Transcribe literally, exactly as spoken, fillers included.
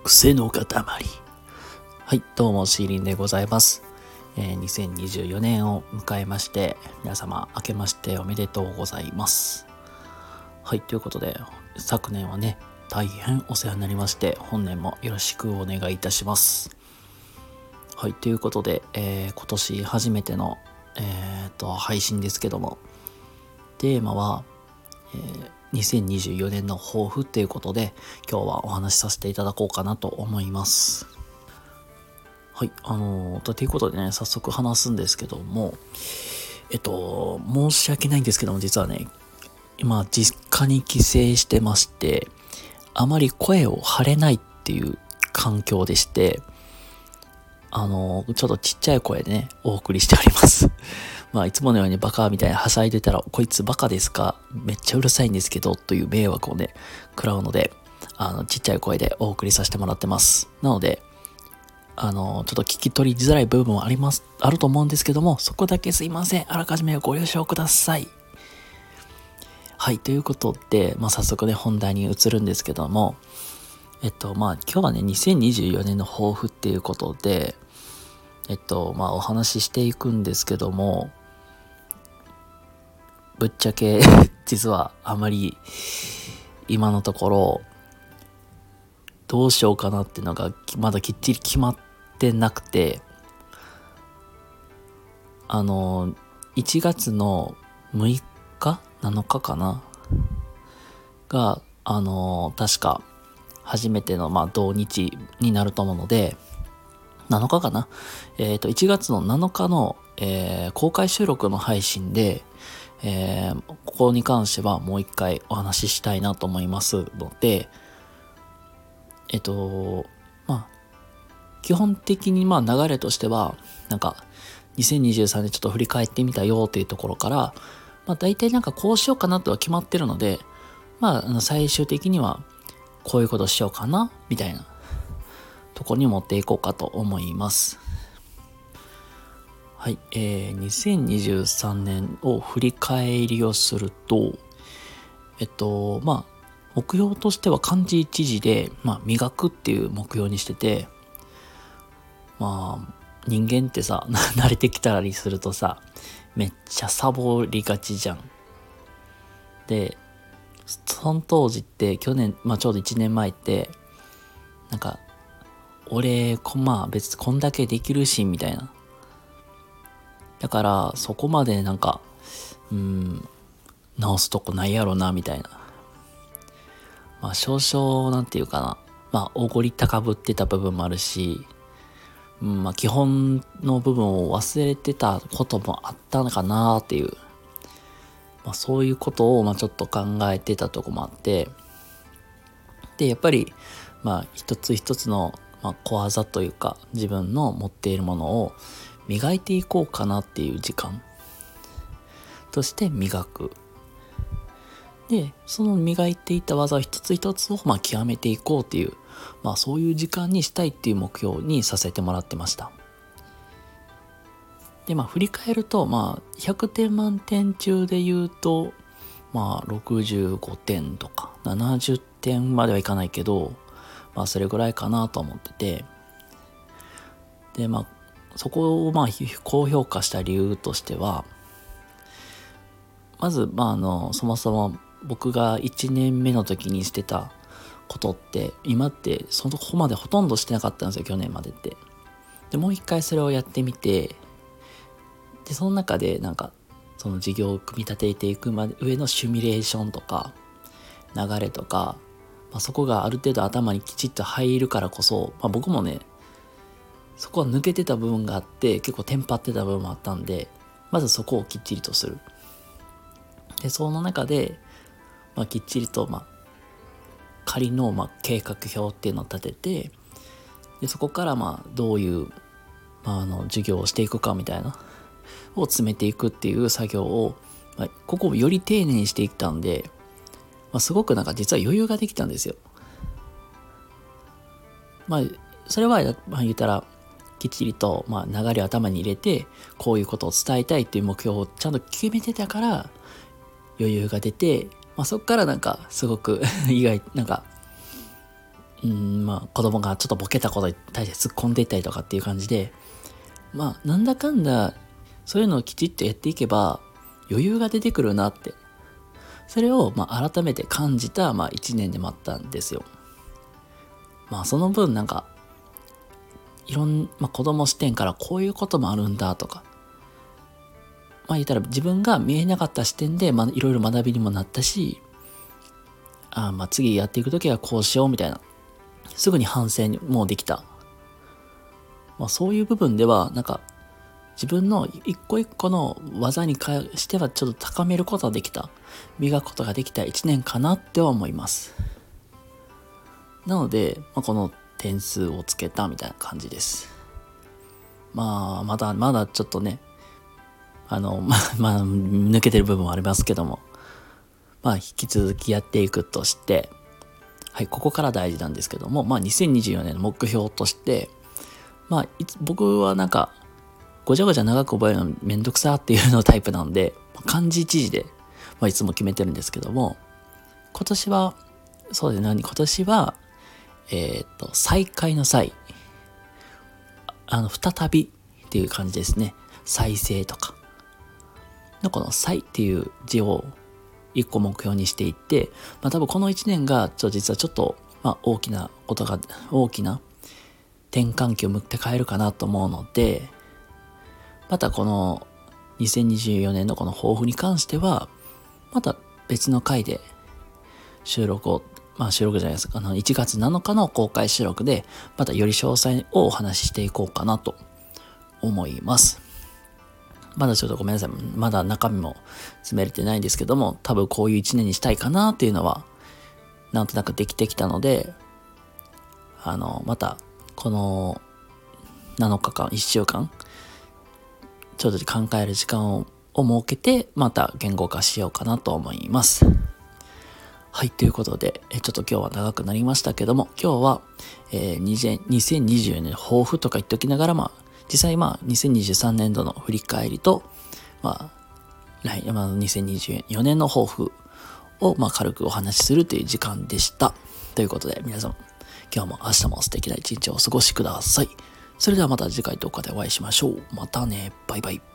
癖の塊。はい、どうもシーリンでございます。えー、にせんにじゅうよねんを迎えまして、皆様明けましておめでとうございます。はい、ということで、昨年はね、大変お世話になりまして、本年もよろしくお願いいたします。はい、ということで、えー、今年初めての、えー、と配信ですけども、テーマは、えーにせんにじゅうよねんの抱負っていうことで今日はお話しさせていただこうかなと思います。はい、あのー、ということでね、早速話すんですけども、えっと、申し訳ないんですけども、実はね、今、実家に帰省してまして、あまり声を張れないっていう環境でして、あのー、ちょっとちっちゃい声でね、お送りしております。まあいつものようにバカみたいなはしゃいでたら、こいつバカですか？めっちゃうるさいんですけど、という迷惑をね、食らうので、あの、ちっちゃい声でお送りさせてもらってます。なので、あの、ちょっと聞き取りづらい部分はあります、あると思うんですけども、そこだけすいません。あらかじめご了承ください。はい、ということで、まあ早速ね、本題に移るんですけども、えっと、まあ今日はね、にせんにじゅうよねんの抱負っていうことで、えっと、まあお話ししていくんですけども、ぶっちゃけ実はあまり今のところどうしようかなっていうのがまだきっちり決まってなくて、あのいちがつのむいかなのかかながあの確か初めてのまあ同日になると思うので、なのかかなえっといちがつのなのかの、えー、公開収録の配信でえー、ここに関してはもう一回お話ししたいなと思いますので、えっと、まあ、基本的にまあ流れとしては、なんか、にせんにじゅうさんねんちょっと振り返ってみたよっていうところから、まあ大体なんかこうしようかなとは決まってるので、まあ最終的にはこういうことしようかな、みたいなところに持っていこうかと思います。はい、えー、にせんにじゅうさんねんを振り返りをすると、えっと、まあ、目標としては漢字一字で、まあ、磨くっていう目標にしてて、まあ、人間ってさ、慣れてきたりするとさ、めっちゃサボりがちじゃん。で、その当時って、去年、まあちょうどいちねんまえって、なんか、俺、こまあ別にこんだけできるし、みたいな。だから、そこまでなんか、うーん、直すとこないやろな、みたいな。まあ、少々、なんていうかな。まあ、おごり高ぶってた部分もあるし、うん、まあ、基本の部分を忘れてたこともあったのかなっていう。まあ、そういうことを、まあ、ちょっと考えてたとこもあって、で、やっぱり、まあ、一つ一つの、まあ、小技というか、自分の持っているものを磨いていこうかなっていう時間として磨く。で、その磨いていた技を一つ一つを、まあ、極めていこうっていう、まあ、そういう時間にしたいっていう目標にさせてもらってました。で、まあ、振り返ると、まあ、ひゃくてん満点中で言うと、まあ、ろくじゅうごてんとか、ななじゅってんまではいかないけど、まあ、それぐらいかなと思ってて、で、まあ、そこを、まあ、高評価した理由としては、まず、まあ、あの、そもそも、僕がいちねんめの時にしてたことって今ってそこまでほとんどしてなかったんですよ、去年までって。でもう一回それをやってみて、でその中でなんかその事業を組み立てていくまで上のシミュレーションとか流れとか、まあ、そこがある程度頭にきちっと入るからこそ、まあ、僕もねそこは抜けてた部分があって結構テンパってた部分もあったんで、まずそこをきっちりとする。でその中でまあ、きっちりと、まあ、仮の、まあ、計画表っていうのを立てて、でそこから、まあ、どういう、まあ、あの授業をしていくかみたいなを詰めていくっていう作業を、まあ、ここをより丁寧にしていったんで、まあ、すごくなんか実は余裕ができたんですよ。まあそれは、まあ、言ったらきっちりと、まあ、流れを頭に入れてこういうことを伝えたいっていう目標をちゃんと決めてたから余裕が出て、まあ、そっからなんかすごく意外なんかうん、まあ子供がちょっとボケたことに対して突っ込んでいったりとかっていう感じで、まあなんだかんだそういうのをきちっとやっていけば余裕が出てくるなって、それをまあ改めて感じたまあ一年でもあったんですよ。まあその分なんかいろん、まあ、子供視点からこういうこともあるんだとか、まあ言ったら自分が見えなかった視点で、まあいろいろ学びにもなったし、あまあ次やっていくときはこうしようみたいな、すぐに反省にもうできた。まあそういう部分では、なんか自分の一個一個の技に関してはちょっと高めることができた、磨くことができた一年かなっては思います。なので、まあ、この点数をつけたみたいな感じです。まあ、まだまだちょっとね、あの、まあ、まあ、抜けてる部分はありますけども、まあ、引き続きやっていくとして、はい、ここから大事なんですけども、まあ、にせんにじゅうよねんの目標として、まあ、いつ僕はなんか、ごちゃごちゃ長く覚えるのめんどくさっていうのタイプなんで、漢字一字で、まあ、いつも決めてるんですけども、今年は、そうですね、今年は、えっと、再開の再、あの、再びっていう感じですね。再生とか。のこの再っていう字を一個目標にしていって、まあ多分この一年が、ちょ、実はちょっと、まあ大きなことが、大きな転換期を向って変えるかなと思うので、またこのにせんにじゅうよねんのこの抱負に関しては、また別の回で収録をまあ収録じゃないですか。あの、いちがつなのかの公開収録で、またより詳細をお話ししていこうかなと思います。まだちょっとごめんなさい。まだ中身も詰めれてないんですけども、多分こういう一年にしたいかなっていうのは、なんとなくできてきたので、あの、また、このなのかかん、いっしゅうかん、ちょっと考える時間を、を設けて、また言語化しようかなと思います。はい、ということで、ちょっと今日は長くなりましたけども、今日は、えー、にせんにじゅうよねん抱負とか言っておきながら、まあ、実際まあ、にせんにじゅうさんねんどの振り返りと、まあ、来、まあ、にせんにじゅうよねんの抱負を、まあ、軽くお話しするという時間でした。ということで、皆さん、今日も明日も素敵な一日をお過ごしください。それではまた次回動画でお会いしましょう。またね、バイバイ。